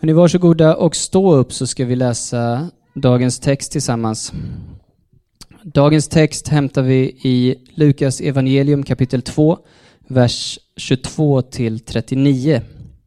Hörrni, varsågoda och stå upp så ska vi läsa dagens text tillsammans. Dagens text hämtar vi i Lukas evangelium kapitel 2, vers 22 till 39.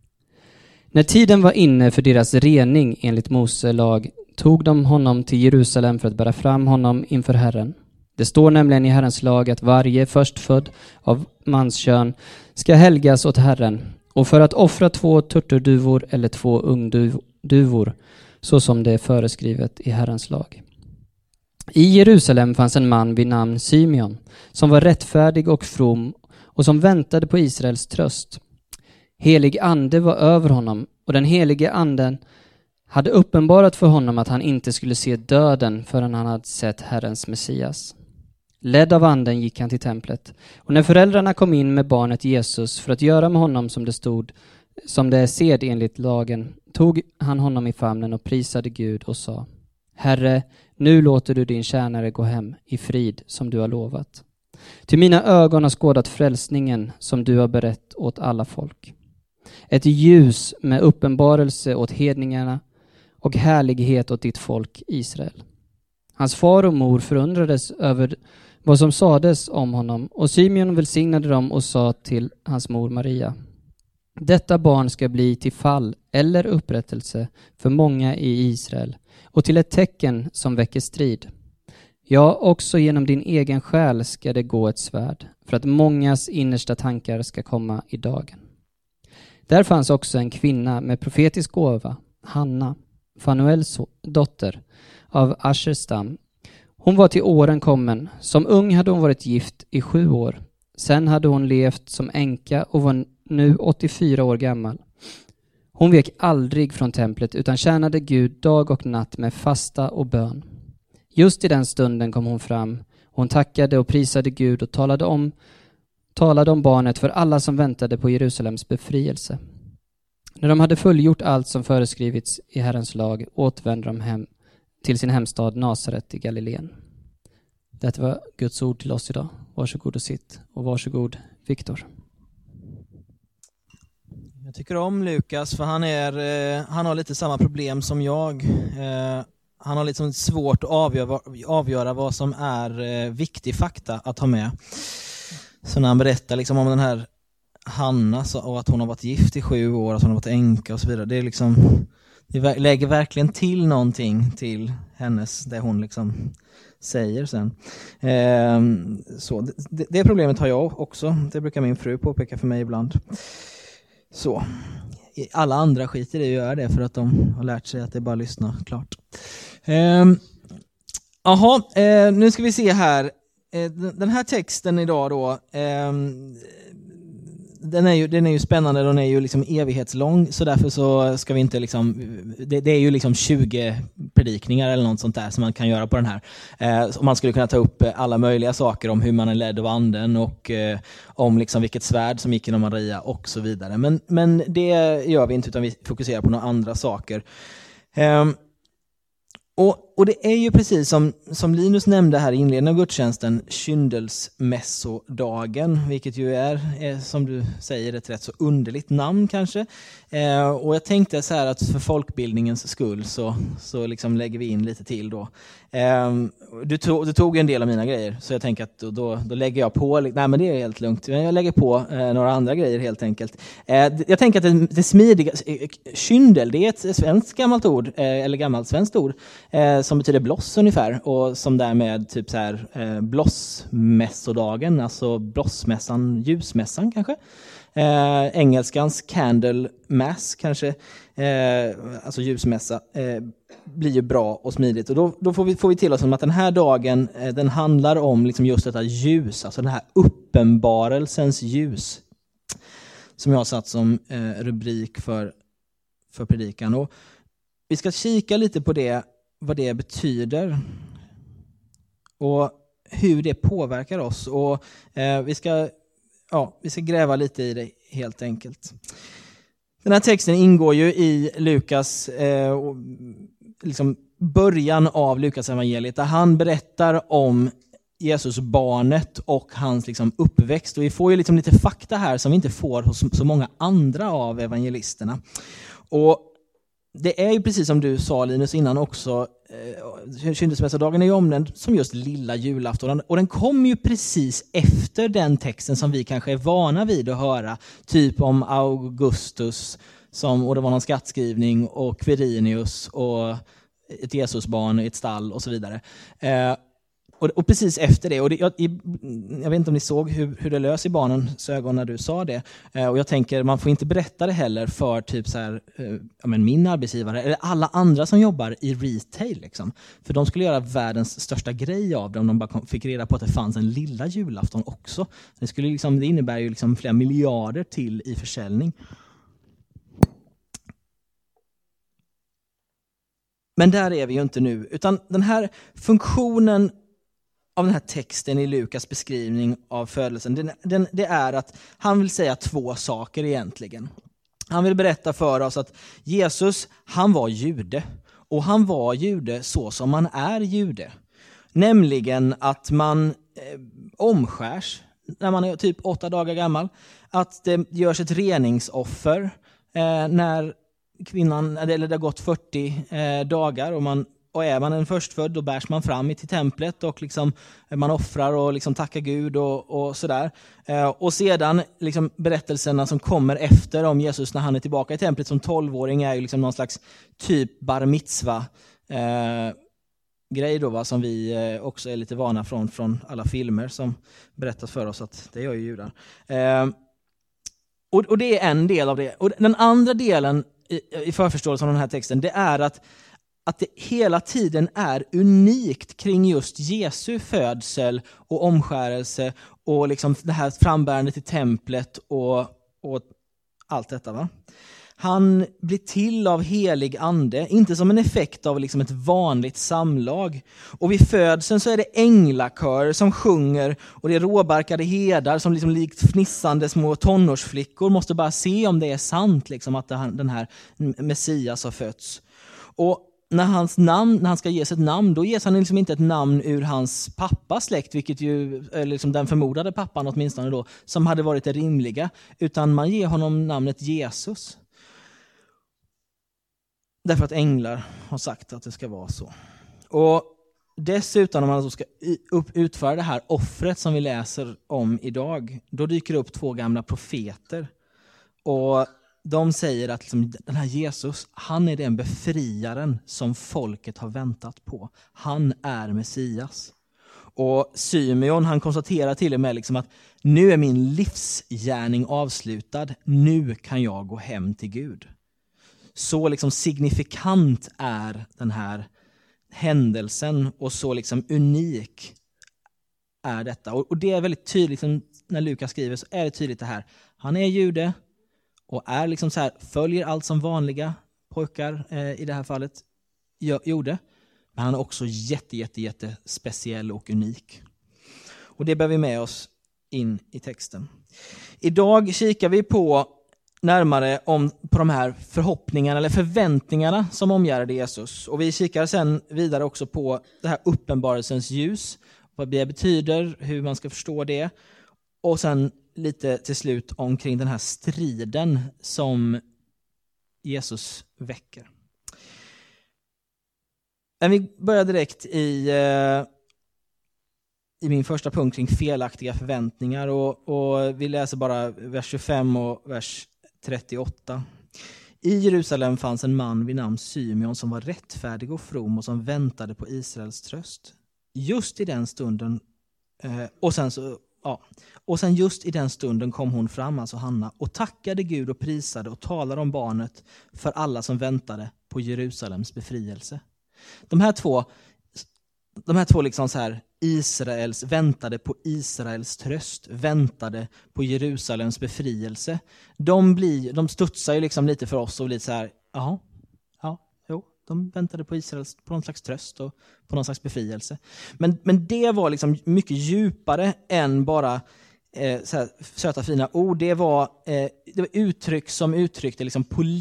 När tiden var inne för deras rening enligt Mose lag tog de honom till Jerusalem för att bära fram honom inför Herren. Det står nämligen i Herrens lag att varje förstfödd av manskön ska helgas åt Herren, och för att offra 2 turturduvor eller 2 ungduvor, så som det är föreskrivet i Herrens lag. I Jerusalem fanns en man vid namn Simeon, som var rättfärdig och from och som väntade på Israels tröst. Helig ande var över honom, och den helige anden hade uppenbarat för honom att han inte skulle se döden förrän han hade sett Herrens Messias. Ledd av anden gick han till templet, och när föräldrarna kom in med barnet Jesus för att göra med honom som det är sed enligt lagen, tog han honom i famnen och prisade Gud och sa: Herre, nu låter du din tjänare gå hem i frid som du har lovat. Till mina ögon har skådat frälsningen som du har berett åt alla folk. Ett ljus med uppenbarelse åt hedningarna och härlighet åt ditt folk Israel. Hans far och mor förundrades över vad som sades om honom, och Simeon välsignade dem och sa till hans mor Maria: Detta barn ska bli till fall eller upprättelse för många i Israel, och till ett tecken som väcker strid. Ja, också genom din egen själ ska det gå ett svärd, för att mångas innersta tankar ska komma i dagen. Där fanns också en kvinna med profetisk gåva, Hanna, Fanuels dotter av Asherstam. Hon var till åren kommen. Som ung hade hon varit gift i 7 år. Sen hade hon levt som änka och var nu 84 år gammal. Hon vek aldrig från templet utan tjänade Gud dag och natt med fasta och bön. Just i den stunden kom hon fram. Hon tackade och prisade Gud och talade om barnet för alla som väntade på Jerusalems befrielse. När de hade fullgjort allt som föreskrivits i Herrens lag återvände de hem till sin hemstad Nasaret i Galileen. Det var Guds ord till oss idag. Varsågod och sitt, och varsågod Viktor. Jag tycker om Lukas för han har lite samma problem som jag. Han har liksom svårt att avgöra vad som är viktig fakta att ha med. Så när han berättar liksom om den här Hanna och att hon har varit gift i 7 år, att hon har varit änka och så vidare. Det lägger verkligen till någonting till hennes, det hon liksom säger sen. Så det problemet har jag också. Det brukar min fru påpeka för mig ibland. Så alla andra skiter i att göra det för att de har lärt sig att det är bara att lyssna klart. Nu ska vi se här. Den här texten idag då, den är ju spännande, den är ju liksom evighetslång, så därför så ska vi inte liksom, det är ju liksom 20 predikningar eller något sånt där som man kan göra på den här. Man skulle kunna ta upp alla möjliga saker om hur man är ledd av anden och om liksom vilket svärd som gick genom Maria och så vidare. Men det gör vi inte, utan vi fokuserar på några andra saker. Och det är ju precis som Linus nämnde här i inledningen av gudstjänsten, kyndelsmässodagen, vilket ju är som du säger ett rätt så underligt namn kanske. Och jag tänkte så här att för folkbildningens skull så liksom lägger vi in lite till då. Du tog en del av mina grejer, så jag tänker att då lägger jag på, nej men det är helt lugnt, jag lägger på några andra grejer helt enkelt. Jag tänker att det smidiga, kyndel, det är ett svenskt gammalt ord, eller gammalt svenskt ord, som betyder bloss ungefär, och som därmed typ så här blossmässodagen, alltså blossmässan, ljusmässan kanske. Engelskans candle mass kanske, alltså ljusmässa, blir ju bra och smidigt, och då får vi till oss att den här dagen den handlar om liksom just detta ljus, alltså den här uppenbarelsens ljus, som jag har satt som rubrik för predikan. Och vi ska kika lite på det, vad det betyder och hur det påverkar oss, och vi ska gräva lite i det helt enkelt. Den här texten ingår ju i Lukas, liksom början av Lukas evangeliet, där han berättar om Jesus barnet och hans liksom uppväxt. Och vi får ju liksom lite fakta här som vi inte får hos så många andra av evangelisterna. Och det är ju precis som du sa, Linus, innan också. Kyndelsmässodagen är ju omnämnd som just lilla julafton. Och den kommer ju precis efter den texten som vi kanske är vana vid att höra. Typ om Augustus, och det var någon skattskrivning, och Quirinius och ett Jesusbarn i ett stall och så vidare. Och precis efter det, och jag vet inte om ni såg hur det lös i barnens ögon när du sa det. Och jag tänker, man får inte berätta det heller för typ så här, min arbetsgivare eller alla andra som jobbar i retail. Liksom. För de skulle göra världens största grej av det om de bara fick reda på att det fanns en lilla julafton också. Det innebär ju liksom flera miljarder till i försäljning. Men där är vi ju inte nu, utan den här funktionen av den här texten i Lukas beskrivning av födelsen, det är att han vill säga två saker egentligen. Han vill berätta för oss att Jesus, han var jude. Och han var jude så som man är jude. Nämligen att man omskärs när man är typ 8 dagar gammal. Att det görs ett reningsoffer när kvinnan, eller det har gått 40 dagar och är man en förstfödd, då bärs man fram till templet och liksom man offrar och liksom tackar Gud och sådär. Och sedan liksom berättelserna som kommer efter om Jesus när han är tillbaka i templet som 12-åring är ju liksom någon slags typ bar mitzva grej då, som vi också är lite vana från alla filmer som berättas för oss att det gör ju judar. Och det är en del av det. Och den andra delen i förförståelsen av den här texten, det är att det hela tiden är unikt kring just Jesu födsel och omskärelse och liksom det här frambärandet i templet och allt detta. Va? Han blir till av helig ande, inte som en effekt av liksom ett vanligt samlag. Och vid födseln så är det änglakör som sjunger och det är råbarkade herdar som liksom likt fnissande små tonårsflickor måste bara se om det är sant liksom, att den här Messias har fötts. Och när han ska ges ett namn, då ges han liksom inte ett namn ur hans pappas släkt, vilket ju är liksom den förmodade pappan åtminstone då, som hade varit det rimliga, utan man ger honom namnet Jesus. Därför att änglar har sagt att det ska vara så. Och dessutom om man alltså ska utföra det här offret som vi läser om idag, då dyker det upp 2 gamla profeter. Och de säger att liksom, den här Jesus, han är den befriaren som folket har väntat på. Han är Messias. Och Symeon, han konstaterar till och med liksom att nu är min livsgärning avslutad. Nu kan jag gå hem till Gud. Så liksom signifikant är den här händelsen och så liksom unik är detta. Och det är väldigt tydligt, när Lukas skriver så är det tydligt det här. Han är jude och är liksom så här, följer allt som vanliga pojkar i det här fallet gjorde. Men han är också jätte speciell och unik. Och det bär vi med oss in i texten. Idag kikar vi närmare på de här förhoppningarna eller förväntningarna som omgärdade Jesus. Och vi kikar sen vidare också på det här uppenbarelsens ljus. Vad det betyder, hur man ska förstå det. Och sen lite till slut omkring den här striden som Jesus väcker. Men vi börjar direkt i min första punkt kring felaktiga förväntningar. Och vi läser bara vers 25 och vers 38. I Jerusalem fanns en man vid namn Symeon som var rättfärdig och from och som väntade på Israels tröst. Just i den stunden och sen just i den stunden kom hon fram, alltså Hanna, och tackade Gud och prisade och talade om barnet för alla som väntade på Jerusalems befrielse. De här två liksom så här, väntade på Israels tröst, väntade på Jerusalems befrielse. De studsar ju liksom lite för oss och lite så här, de väntade på någon slags tröst och på någon slags befrielse. Men det var liksom mycket djupare än bara så här söta fina ord. Det var uttryck som uttryckte liksom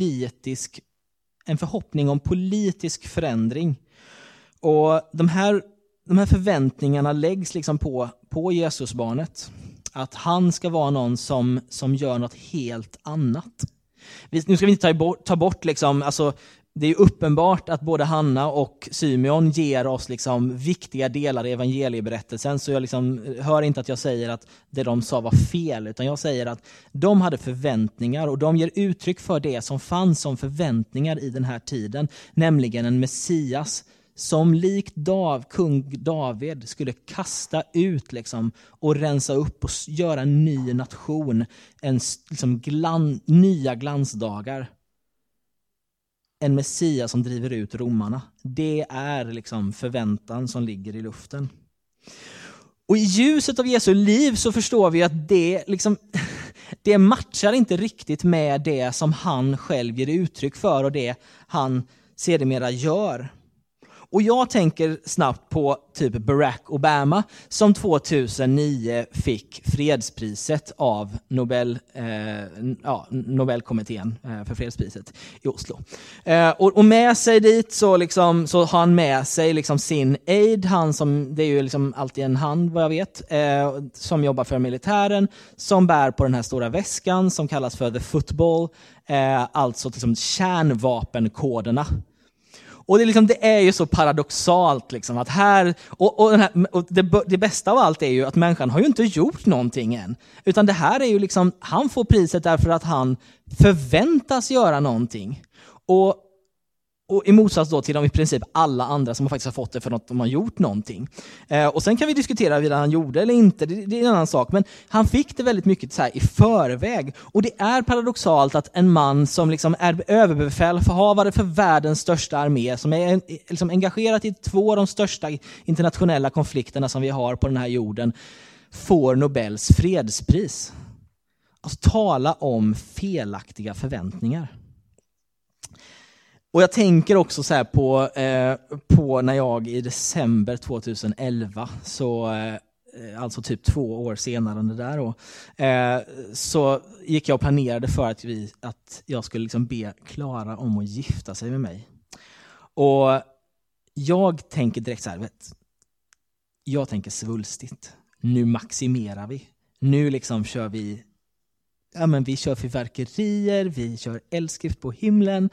en förhoppning om politisk förändring. Och de här förväntningarna läggs liksom på Jesusbarnet. Att han ska vara någon som gör något helt annat. Nu ska vi inte ta bort liksom, alltså, det är uppenbart att både Hanna och Symeon ger oss liksom viktiga delar i evangelieberättelsen. Så jag liksom hör inte att jag säger att det de sa var fel, utan jag säger att de hade förväntningar, och de ger uttryck för det som fanns som förväntningar i den här tiden, nämligen en Messias som likt kung David skulle kasta ut liksom, och rensa upp och göra en ny nation, liksom nya glansdagar. En Messias som driver ut romarna. Det är liksom förväntan som ligger i luften. Och i ljuset av Jesu liv så förstår vi att det matchar inte riktigt med det som han själv ger uttryck för och det han sedermera gör. Och jag tänker snabbt på typ Barack Obama som 2009 fick fredspriset av Nobelkommittén för fredspriset i Oslo. Och med sig dit så har han med sig liksom sin aide, det är ju liksom alltid en hand vad jag vet, som jobbar för militären, som bär på den här stora väskan som kallas för the football, alltså liksom kärnvapenkoderna. Och det är ju så paradoxalt liksom, att här det bästa av allt är ju att människan har ju inte gjort någonting än, utan det här är ju liksom, han får priset därför att han förväntas göra någonting. Och i motsats då till de i princip alla andra som faktiskt har fått det för att de har gjort någonting. Och sen kan vi diskutera huruvida han gjorde eller inte, det är en annan sak. Men han fick det väldigt mycket så här i förväg. Och det är paradoxalt att en man som liksom är överbefälhavare för världens största armé, som är liksom engagerad i 2 av de största internationella konflikterna som vi har på den här jorden, får Nobels fredspris. Alltså tala om felaktiga förväntningar. Och jag tänker också så här på när jag i december 2011, så alltså typ 2 år senare än det där då, så gick jag och planerade för att jag skulle liksom be Klara om att gifta sig med mig. Och jag tänker direkt så här, jag tänker svulstigt. Nu maximerar vi. Nu liksom kör vi. Ja, men vi kör fyrverkerier, vi kör eldskrift på himlen.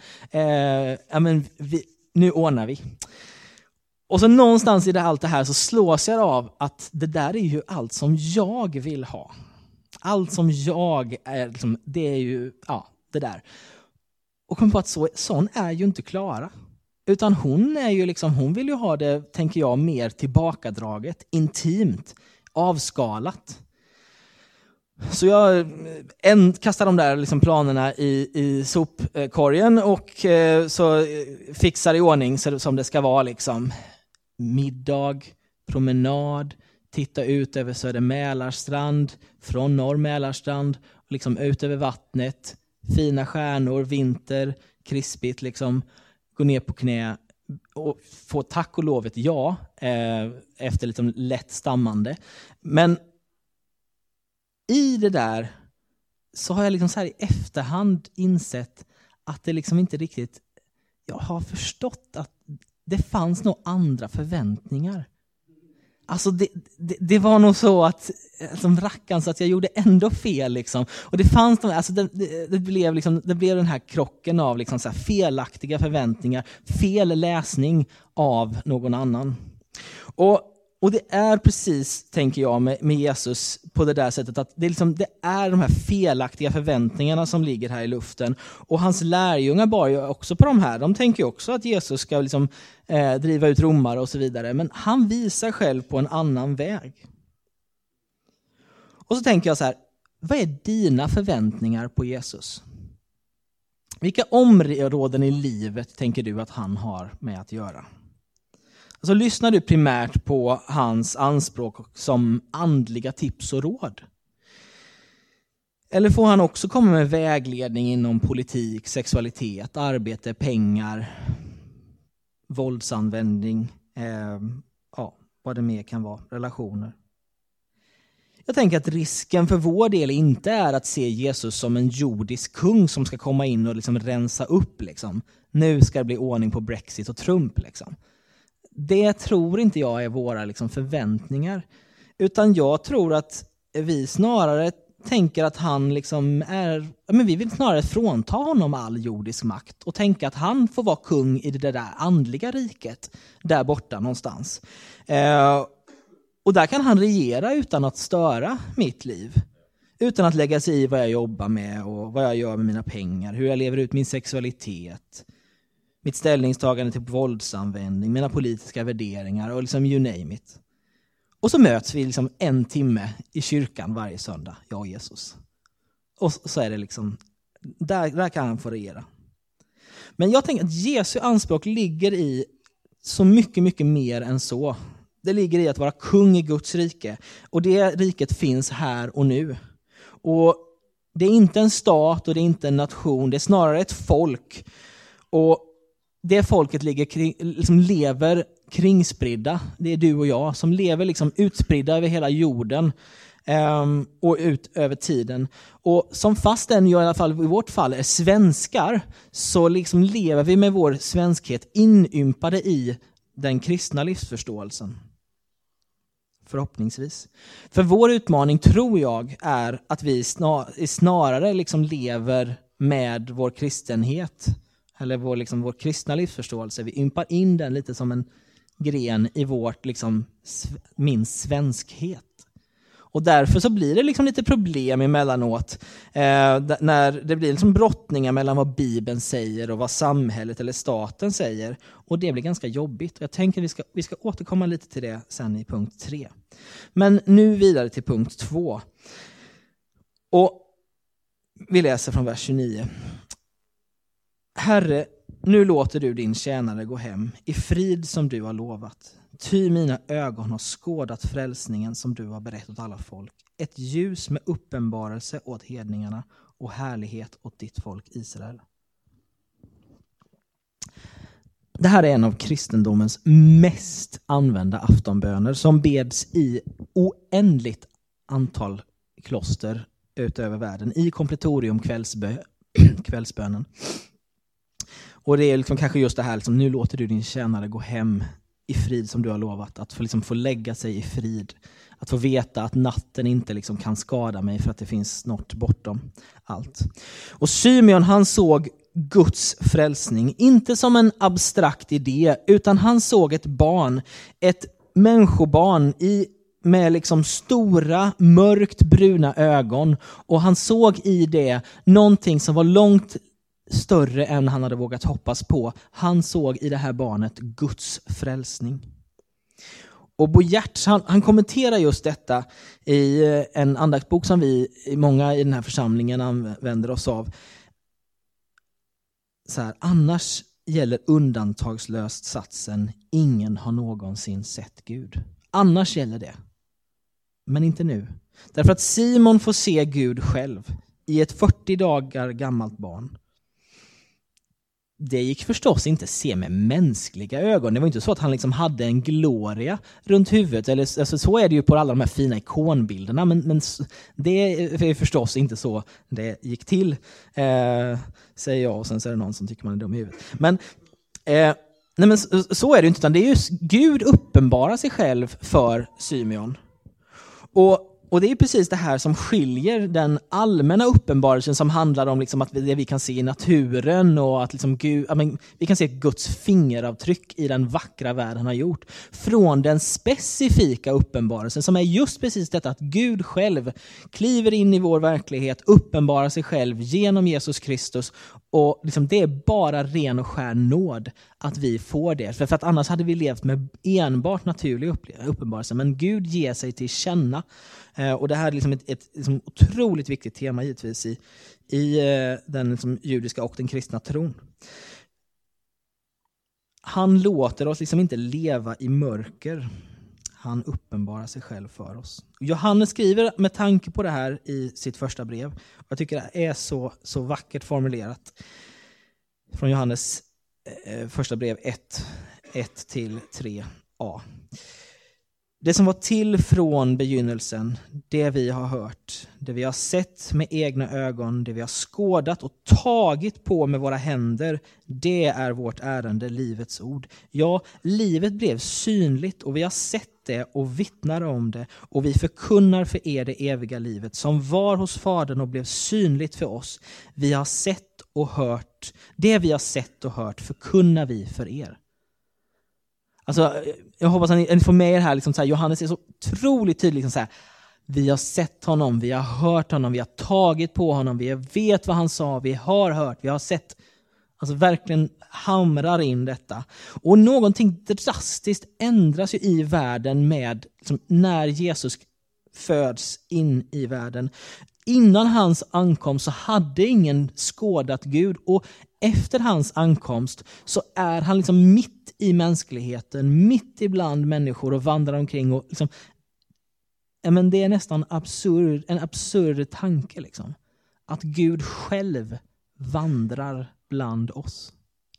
Nu ordnar vi. Och så någonstans i allt det här så slås jag av att det där är ju allt som jag vill ha. Allt som jag är, liksom, det är ju det där. Och kom på att sån är ju inte Klara. Utan hon är ju liksom, hon vill ju ha det, tänker jag, mer tillbakadraget, intimt, avskalat. Så jag kastar de där liksom planerna i sopkorgen och så fixar i ordning så som det ska vara liksom. Middag, promenad, titta ut över Söder Mälarstrand, från Norr Mälarstrand, liksom ut över vattnet, fina stjärnor, vinter, krispigt liksom, gå ner på knä och få tack och lov ett ja efter liksom lätt stammande. Men i det där så har jag liksom så här i efterhand insett att det liksom inte riktigt, jag har förstått att det fanns nog andra förväntningar. Alltså det var nog så att som rackan så att jag gjorde ändå fel liksom. Och det fanns alltså det blev den här krocken av liksom så här felaktiga förväntningar, fel läsning av någon annan. Och det är precis, tänker jag, med Jesus på det där sättet att det är de här felaktiga förväntningarna som ligger här i luften. Och hans lärjungar bar ju också på de här. De tänker också att Jesus ska liksom, driva ut romare och så vidare. Men han visar själv på en annan väg. Och så tänker jag så här, vad är dina förväntningar på Jesus? Vilka områden i livet tänker du att han har med att göra? Alltså lyssnar du primärt på hans anspråk som andliga tips och råd? Eller får han också komma med vägledning inom politik, sexualitet, arbete, pengar, våldsanvändning, vad det mer kan vara, relationer? Jag tänker att risken för vår del inte är att se Jesus som en jordisk kung som ska komma in och liksom rensa upp. Liksom. Nu ska det bli ordning på Brexit och Trump. Liksom. Det tror inte jag är våra liksom förväntningar. Utan jag tror att vi snarare tänker att han liksom är, men vi vill snarare frånta honom all jordisk makt och tänka att han får vara kung i det där andliga riket där borta någonstans. Och där kan han regera utan att störa mitt liv. Utan att lägga sig i vad jag jobbar med och vad jag gör med mina pengar, hur jag lever ut min sexualitet, mitt ställningstagande till våldsanvändning, mina politiska värderingar och liksom you name it. Och så möts vi liksom 1 timme i kyrkan varje söndag, jag och Jesus. Och så är det liksom, där kan han få regera. Men jag tänker att Jesu anspråk ligger i så mycket, mycket mer än så. Det ligger i att vara kung i Guds rike. Och det riket finns här och nu. Och det är inte en stat och det är inte en nation, det är snarare ett folk. Och det folket liksom lever kringspridda. Det är du och jag som lever liksom utspridda över hela jorden och ut över tiden. Och som fastän jag i alla fall i vårt fall är svenskar, så liksom lever vi med vår svenskhet inympade i den kristna livsförståelsen. Förhoppningsvis. För vår utmaning tror jag är att vi snarare liksom lever med vår kristenhet. Eller vår kristna livsförståelse. Vi ympar in den lite som en gren i vårt liksom, min svenskhet. Och därför så blir det liksom lite problem emellanåt när det blir liksom brottningar mellan vad Bibeln säger och vad samhället eller staten säger. Och det blir ganska jobbigt. Och jag tänker att vi ska återkomma lite till det sen i punkt 3. Men nu vidare till punkt 2. Och vi läser från vers 29. Herre, nu låter du din tjänare gå hem i frid som du har lovat. Ty mina ögon har skådat frälsningen som du har berett åt alla folk. Ett ljus med uppenbarelse åt hedningarna och härlighet åt ditt folk Israel. Det här är en av kristendomens mest använda aftonböner som beds i oändligt antal kloster utöver världen. I kompletorium kvällsbönen. Och det är liksom kanske just det här, liksom, nu låter du din tjänare gå hem i frid som du har lovat. Att få, liksom, få lägga sig i frid. Att få veta att natten inte liksom, kan skada mig för att det finns något bortom allt. Och Symeon, han såg Guds frälsning inte som en abstrakt idé, utan han såg ett barn, ett människobarn med liksom stora, mörkt bruna ögon. Och han såg i det någonting som var långt större än han hade vågat hoppas på. Han såg i det här barnet Guds frälsning. Och Bo Giertz, han kommenterar just detta i en andaktsbok som många i den här församlingen använder oss av. Så här, annars gäller undantagslöst satsen: ingen har någonsin sett Gud. Annars gäller det. Men inte nu. Därför att Simon får se Gud själv i ett 40 dagar gammalt barn. Det gick förstås inte se med mänskliga ögon. Det var inte så att han liksom hade en gloria runt huvudet. Eller, alltså, så är det ju på alla de här fina ikonbilderna. Men det är förstås inte så det gick till, säger jag. Och sen så är det någon som tycker man är dum i huvudet. Men så är det inte. Utan det är just Gud uppenbarar sig själv för Symeon. Och det är precis det här som skiljer den allmänna uppenbarelsen som handlar om liksom att det vi kan se i naturen och att liksom vi kan se Guds fingeravtryck i den vackra värld han har gjort, från den specifika uppenbarelsen som är just precis detta att Gud själv kliver in i vår verklighet, uppenbarar sig själv genom Jesus Kristus. Och liksom det är bara ren och skär nåd att vi får det. För att annars hade vi levt med enbart naturlig uppenbarelse. Men Gud ger sig till känna. Och det här är liksom ett liksom otroligt viktigt tema givetvis i den liksom judiska och den kristna tron. Han låter oss liksom inte leva i mörker. Han uppenbarar sig själv för oss. Johannes skriver med tanke på det här i sitt första brev. Jag tycker det är så vackert formulerat. Från Johannes första brev 1-3a. Det som var till från begynnelsen, det vi har hört, det vi har sett med egna ögon, det vi har skådat och tagit på med våra händer, det är vårt ärende, livets ord. Ja, livet blev synligt och vi har sett det och vittnar om det, och vi förkunnar för er det eviga livet som var hos Fadern och blev synligt för oss. Vi har sett och hört, det vi har sett och hört förkunnar vi för er. Alltså, jag hoppas att ni får med er här, liksom så här, Johannes är så otroligt tydlig, liksom så här, vi har sett honom, vi har hört honom, vi har tagit på honom, vi vet vad han sa, vi har hört, vi har sett. Alltså verkligen hamrar in detta. Och någonting drastiskt ändras ju i världen med, liksom, när Jesus föds in i världen. Innan hans ankomst så hade ingen skådat Gud, och efter hans ankomst så är han liksom mitt i mänskligheten, mitt ibland människor och vandrar omkring och liksom, men det är nästan en absurd tanke liksom, att Gud själv vandrar bland oss.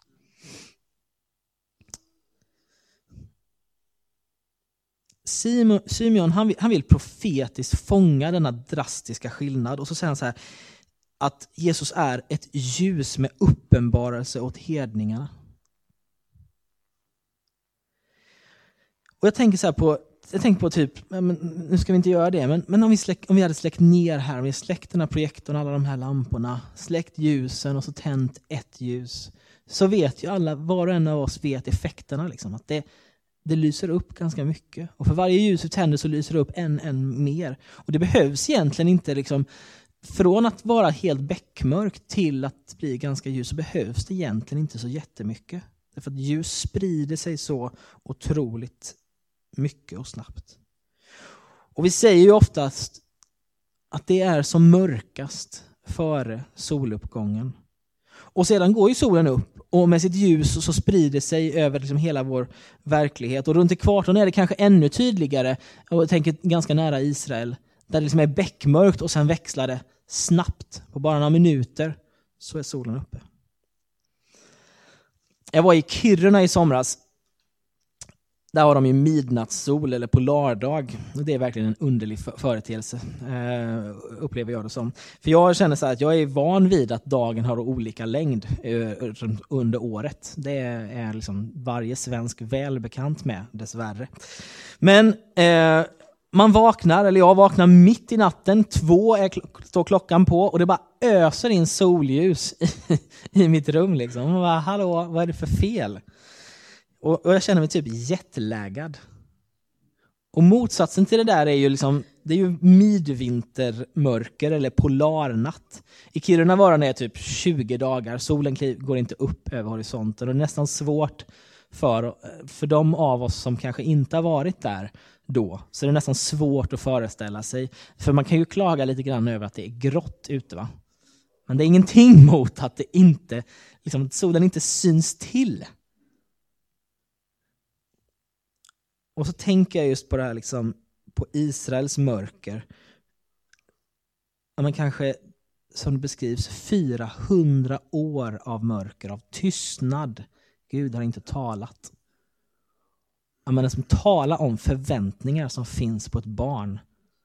Simeon han vill profetiskt fånga denna drastiska skillnad, och så säger han så här, att Jesus är ett ljus med uppenbarelse åt hedningarna. Och jag tänker så här på typ, nu ska vi inte göra det, men om vi hade släckt ner här, om vi släckt den här projektorn, alla de här lamporna, släckt ljusen och så tänt ett ljus, så vet ju alla, var och en av oss vet effekterna liksom, att det lyser upp ganska mycket. Och för varje ljus vi tänder så lyser det upp än mer. Och det behövs egentligen inte liksom, från att vara helt bäckmörkt till att bli ganska ljus, så behövs det egentligen inte så jättemycket. Därför att ljus sprider sig så otroligt mycket och snabbt. Och vi säger ju oftast att det är som mörkast före soluppgången. Och sedan går ju solen upp, och med sitt ljus så sprider sig över liksom hela vår verklighet. Och runt ekvatorn är det kanske ännu tydligare, och jag tänker ganska nära Israel, där det liksom är bäckmörkt och sen växlar det snabbt. På bara några minuter så är solen uppe. Jag var i Kiruna i somras. Där har de ju midnattssol eller polardag. Och det är verkligen en underlig företeelse, upplever jag det som. För jag känner så här att jag är van vid att dagen har olika längd under året. Det är liksom varje svensk välbekant med, dessvärre. Men man vaknar, eller jag vaknar mitt i natten, 2 står klockan på, och det bara öser in solljus i mitt rum liksom. Och bara, hallå, vad är det för fel? Och jag känner mig typ jetlaggad. Och motsatsen till det där är ju liksom, det är ju midvintermörker eller polarnatt. I Kiruna var det typ 20 dagar, solen går inte upp över horisonten, och det är nästan svårt för de av oss som kanske inte har varit där då, så det är nästan svårt att föreställa sig. För man kan ju klaga lite grann över att det är grått ute, va? Men det är ingenting mot att det inte, liksom, solen inte syns till. Och så tänker jag just på det här liksom, på Israels mörker. Ja, men kanske, som det beskrivs, 400 år av mörker, av tystnad. Gud har inte talat. Ja, men som talar om förväntningar som finns på ett barn.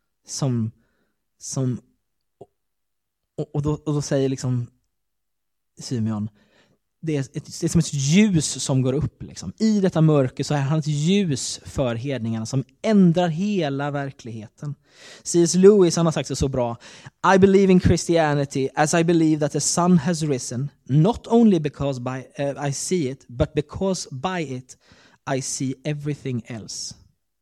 Och då säger liksom Simeon, det är som ett ljus som går upp. Liksom. I detta mörker så är han ett ljus för hedningarna som ändrar hela verkligheten. C.S. Lewis, han har sagt det så bra. I believe in Christianity as I believe that the sun has risen, not only because I see it, but because by it I see everything else.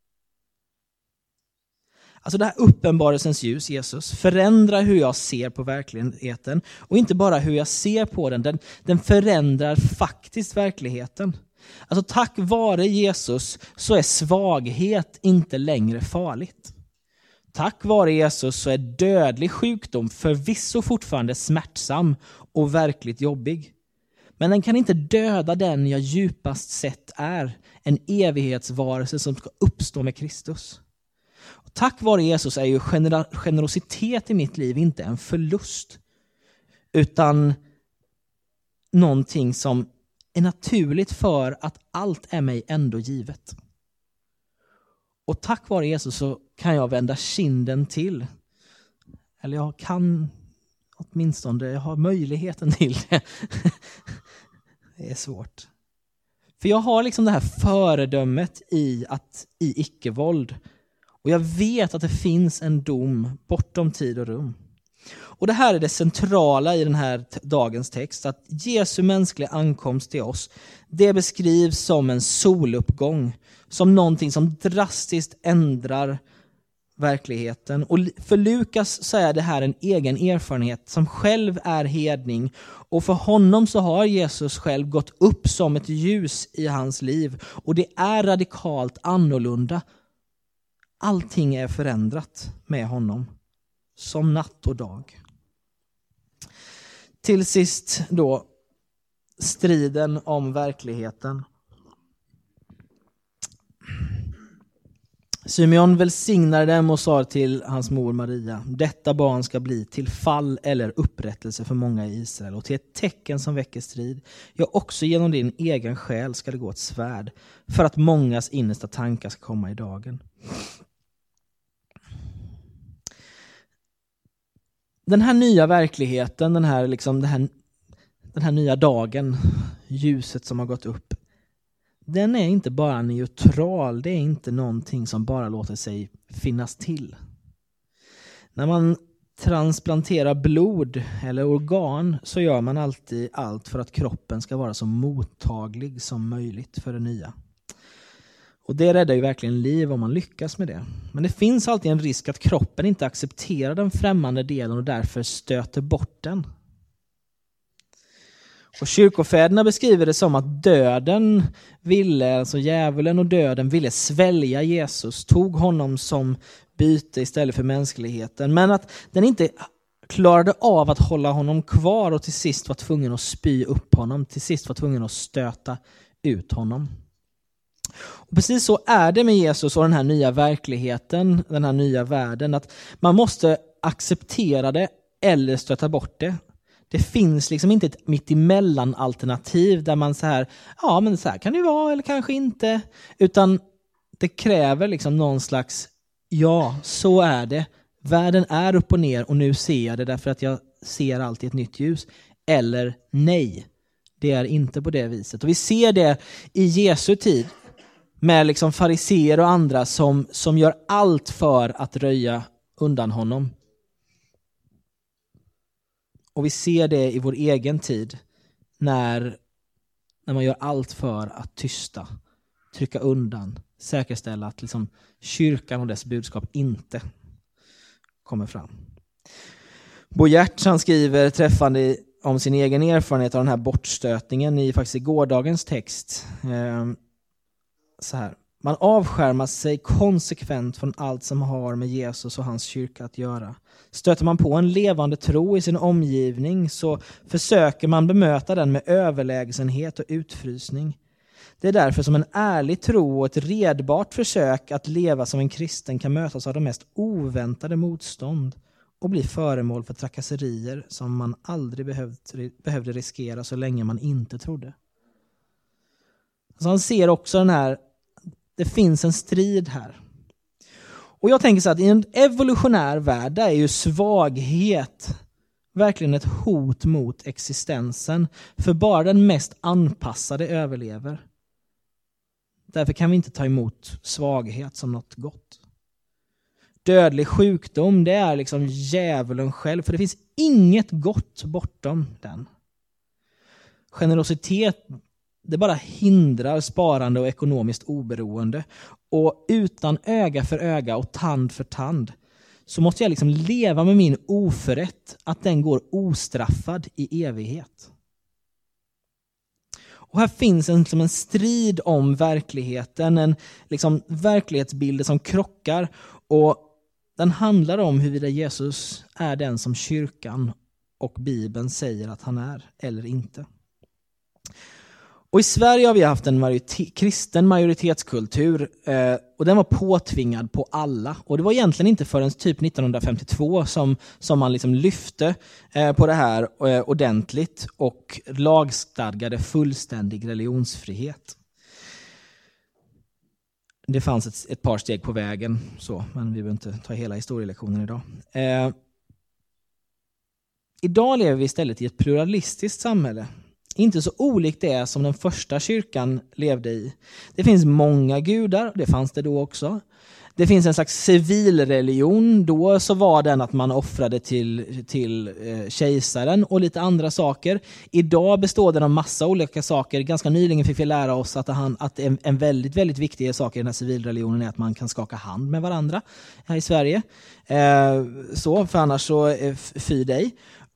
Alltså det här uppenbarelsens ljus, Jesus, förändrar hur jag ser på verkligheten. Och inte bara hur jag ser på den. Den förändrar faktiskt verkligheten. Alltså tack vare Jesus så är svaghet inte längre farligt. Tack vare Jesus så är dödlig sjukdom förvisso fortfarande smärtsam och verkligt jobbig. Men den kan inte döda den jag djupast sett är. En evighetsvarelse som ska uppstå med Kristus. Tack vare Jesus är ju generositet i mitt liv inte en förlust, utan någonting som är naturligt för att allt är mig ändå givet. Och tack vare Jesus så kan jag vända kinden till. Eller jag kan åtminstone, jag har möjligheten till det. Det är svårt. För jag har liksom det här föredömet i icke-våld. Och jag vet att det finns en dom bortom tid och rum. Och det här är det centrala i den här dagens text. Att Jesu mänskliga ankomst till oss, det beskrivs som en soluppgång. Som någonting som drastiskt ändrar verkligheten. Och för Lukas så är det här en egen erfarenhet som själv är hedning. Och för honom så har Jesus själv gått upp som ett ljus i hans liv. Och det är radikalt annorlunda. Allting är förändrat med honom. Som natt och dag. Till sist då striden om verkligheten. Simeon välsignade dem och sa till hans mor Maria: detta barn ska bli till fall eller upprättelse för många i Israel och till ett tecken som väcker strid. Ja, också genom din egen själ ska det gå ett svärd för att mångas innersta tankar ska komma i dagen. Den här nya verkligheten, den här nya dagen, ljuset som har gått upp, den är inte bara neutral, det är inte någonting som bara låter sig finnas till. När man transplanterar blod eller organ så gör man alltid allt för att kroppen ska vara så mottaglig som möjligt för det nya. Och det räddar ju verkligen liv om man lyckas med det. Men det finns alltid en risk att kroppen inte accepterar den främmande delen och därför stöter bort den. Och kyrkofäderna beskriver det som att döden ville, alltså djävulen och döden ville svälja Jesus, tog honom som byte istället för mänskligheten. Men att den inte klarade av att hålla honom kvar och till sist var tvungen att spy upp honom, till sist var tvungen att stöta ut honom. Och precis så är det med Jesus och den här nya verkligheten, den här nya världen, att man måste acceptera det eller stöta bort det. Det finns liksom inte ett mittemellan alternativ där man så här, ja men så här kan det vara eller kanske inte, utan det kräver liksom någon slags, ja så är det, världen är upp och ner och nu ser jag det därför att jag ser alltid ett nytt ljus, eller nej, det är inte på det viset. Och vi ser det i Jesu tid med liksom fariseer och andra som gör allt för att röja undan honom. Och vi ser det i vår egen tid när man gör allt för att tysta, trycka undan, säkerställa att liksom kyrkan och dess budskap inte kommer fram. Bo Giertz, han skriver träffande om sin egen erfarenhet av den här bortstötningen i gårdagens text. Så här: man avskärmar sig konsekvent från allt som har med Jesus och hans kyrka att göra. Stöter man på en levande tro i sin omgivning så försöker man bemöta den med överlägsenhet och utfrysning. Det är därför som en ärlig tro och ett redbart försök att leva som en kristen kan mötas av de mest oväntade motstånd och bli föremål för trakasserier som man aldrig behövde riskera så länge man inte trodde. Så han ser också det finns en strid här. Och jag tänker så att i en evolutionär värld där är ju svaghet verkligen ett hot mot existensen. För bara den mest anpassade överlever. Därför kan vi inte ta emot svaghet som något gott. Dödlig sjukdom, det är liksom djävulen själv. För det finns inget gott bortom den. Generositet, det bara hindrar sparande och ekonomiskt oberoende. Och utan öga för öga och tand för tand så måste jag liksom leva med min oförrätt, att den går ostraffad i evighet. Och här finns en strid om verkligheten, en liksom verklighetsbilder som krockar, och den handlar om huruvida Jesus är den som kyrkan och Bibeln säger att han är eller inte. Och i Sverige har vi haft en kristen majoritetskultur och den var påtvingad på alla. Och det var egentligen inte förrän typ 1952 som man liksom lyfte på det här ordentligt och lagstadgade fullständig religionsfrihet. det fanns ett par steg på vägen, så, men vi behöver inte ta hela historielektionen idag. Idag lever vi istället i ett pluralistiskt samhälle. Inte så olikt det som den första kyrkan levde i. Det finns många gudar, det fanns det då också. Det finns en slags civilreligion. Då så var den att man offrade till kejsaren och lite andra saker. Idag består den av massa olika saker. Ganska nyligen fick vi lära oss att en väldigt, väldigt viktig sak i den här civilreligionen är att man kan skaka hand med varandra här i Sverige. För annars så fy dig.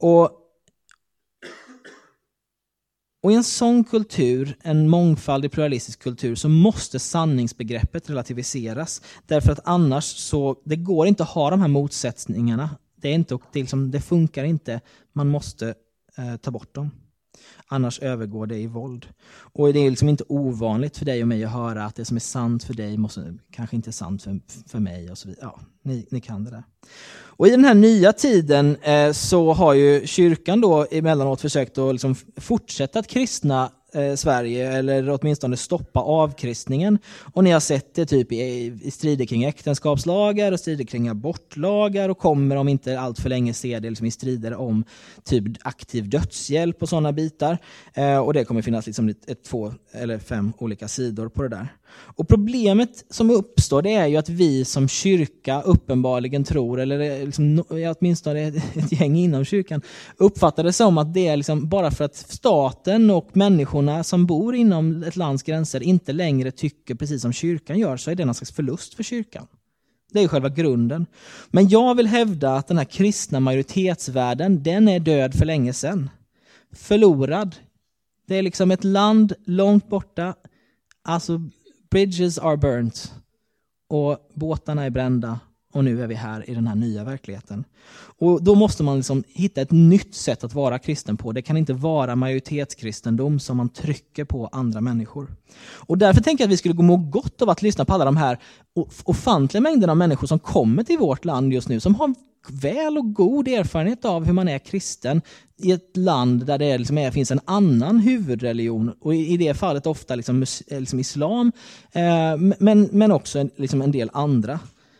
Och i en sån kultur, en mångfaldig pluralistisk kultur, så måste sanningsbegreppet relativiseras. Därför att annars så, det går inte att ha de här motsättningarna. Det funkar inte. Man måste ta bort dem. Annars övergår det i våld. Och det är liksom inte ovanligt för dig och mig att höra att det som är sant för dig kanske inte är sant för mig och så vidare. Ja, ni kan det där. Och i den här nya tiden så har ju kyrkan då emellanåt försökt att liksom fortsätta att kristna Sverige, eller åtminstone stoppa avkristningen. Och ni har sett det typ i strider kring äktenskapslagar och strider kring abortlagar, och kommer om inte allt för länge se det liksom i strider om typ aktiv dödshjälp och sådana bitar. Och det kommer finnas liksom 2 eller 5 olika sidor på det där. Och problemet som uppstår, det är ju att vi som kyrka uppenbarligen tror, eller liksom, åtminstone ett gäng inom kyrkan uppfattar det som att det är liksom bara för att staten och människorna som bor inom ett lands gränser inte längre tycker precis som kyrkan gör, så är det någon slags förlust för kyrkan. Det är själva grunden. Men jag vill hävda att den här kristna majoritetsvärlden, den är död för länge sedan. Förlorad. Det är liksom ett land långt borta. Alltså, bridges are burnt. Och båtarna är brända. Och nu är vi här i den här nya verkligheten. Och då måste man liksom hitta ett nytt sätt att vara kristen på. Det kan inte vara majoritetskristendom som man trycker på andra människor. Och därför tänker jag att vi skulle må gott av att lyssna på alla de här ofantliga mängderna av människor som kommer till vårt land just nu. Som har väl och god erfarenhet av hur man är kristen i ett land där det liksom finns en annan huvudreligion. Och i det fallet ofta liksom islam. Men också liksom en del andra.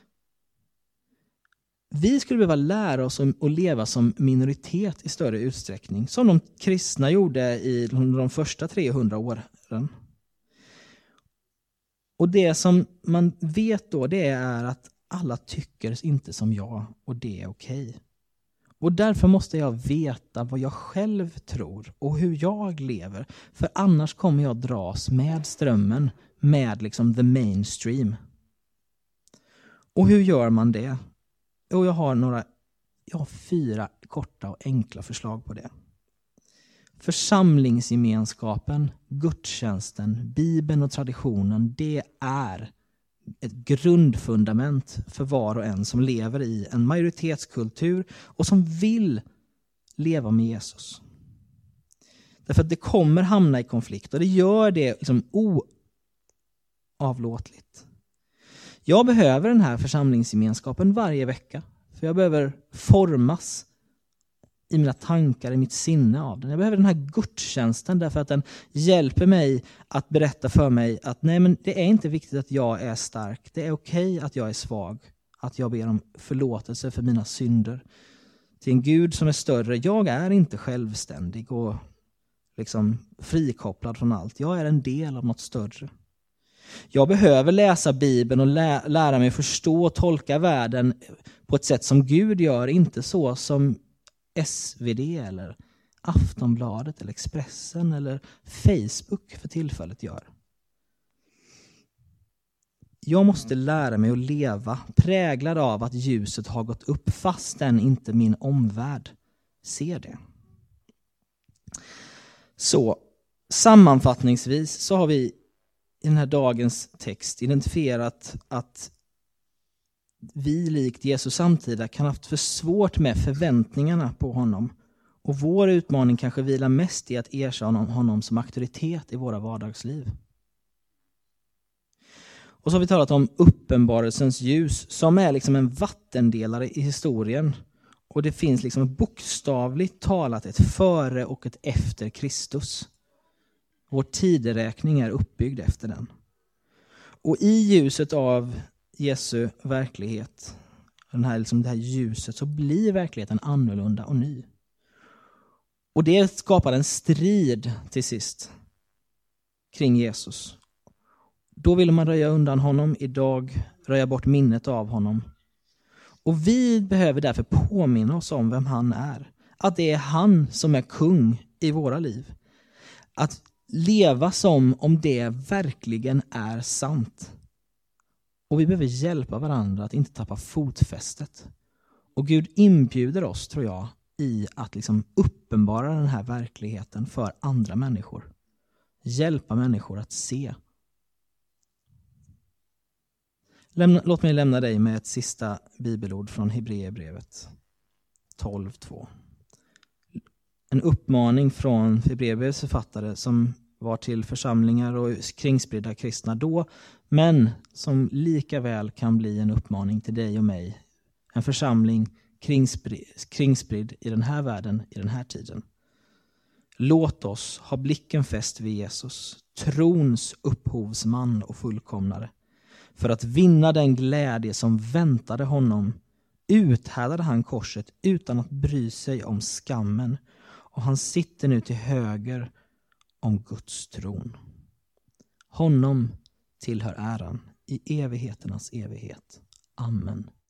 Vi skulle behöva lära oss att leva som minoritet i större utsträckning. Som de kristna gjorde i de första 300 åren. Och det som man vet då, det är att alla tycker inte som jag, och det är okej. Och därför måste jag veta vad jag själv tror och hur jag lever. För annars kommer jag dras med strömmen, med liksom the mainstream. Och hur gör man det? Och jag har 4 korta och enkla förslag på det. Församlingsgemenskapen, gudstjänsten, Bibeln och traditionen, det är ett grundfundament för var och en som lever i en majoritetskultur och som vill leva med Jesus. Därför att det kommer hamna i konflikt, och det gör det liksom oavlåtligt. Jag behöver den här församlingsgemenskapen varje vecka. För jag behöver formas i mina tankar, i mitt sinne av den. Jag behöver den här gudstjänsten därför att den hjälper mig att berätta för mig att nej, men det är inte viktigt att jag är stark. Det är okej att jag är svag. Att jag ber om förlåtelse för mina synder. Till en Gud som är större. Jag är inte självständig och liksom frikopplad från allt. Jag är en del av något större. Jag behöver läsa Bibeln och lära mig förstå och tolka världen på ett sätt som Gud gör, inte så som SvD eller Aftonbladet eller Expressen eller Facebook för tillfället gör. Jag måste lära mig att leva präglad av att ljuset har gått upp fastän inte min omvärld ser det. Så sammanfattningsvis så har vi i den här dagens text identifierat att vi likt Jesus samtida kan ha haft för svårt med förväntningarna på honom. Och vår utmaning kanske vilar mest i att erkänna honom som auktoritet i våra vardagsliv. Och så har vi talat om uppenbarelsens ljus som är liksom en vattendelare i historien. Och det finns liksom bokstavligt talat ett före och ett efter Kristus. Vår tideräkning är uppbyggd efter den. Och i ljuset av Jesu verklighet, det här ljuset, så blir verkligheten annorlunda och ny. Och det skapar en strid till sist kring Jesus. Då ville man röja undan honom, idag röja bort minnet av honom. Och vi behöver därför påminna oss om vem han är. Att det är han som är kung i våra liv. Att leva som om det verkligen är sant. Och vi behöver hjälpa varandra att inte tappa fotfästet. Och Gud inbjuder oss, tror jag, i att liksom uppenbara den här verkligheten för andra människor. Hjälpa människor att se. Låt mig lämna dig med ett sista bibelord från Hebreerbrevet 12:2. En uppmaning från Hebreerbrevets författare som var till församlingar och kringspridda kristna då, men som lika väl kan bli en uppmaning till dig och mig. En församling kringspridd i den här världen, i den här tiden. Låt oss ha blicken fäst vid Jesus, trons upphovsman och fullkomnare. För att vinna den glädje som väntade honom uthärdade han korset utan att bry sig om skammen. Och han sitter nu till höger om Guds tron. Honom tillhör äran i evigheternas evighet. Amen.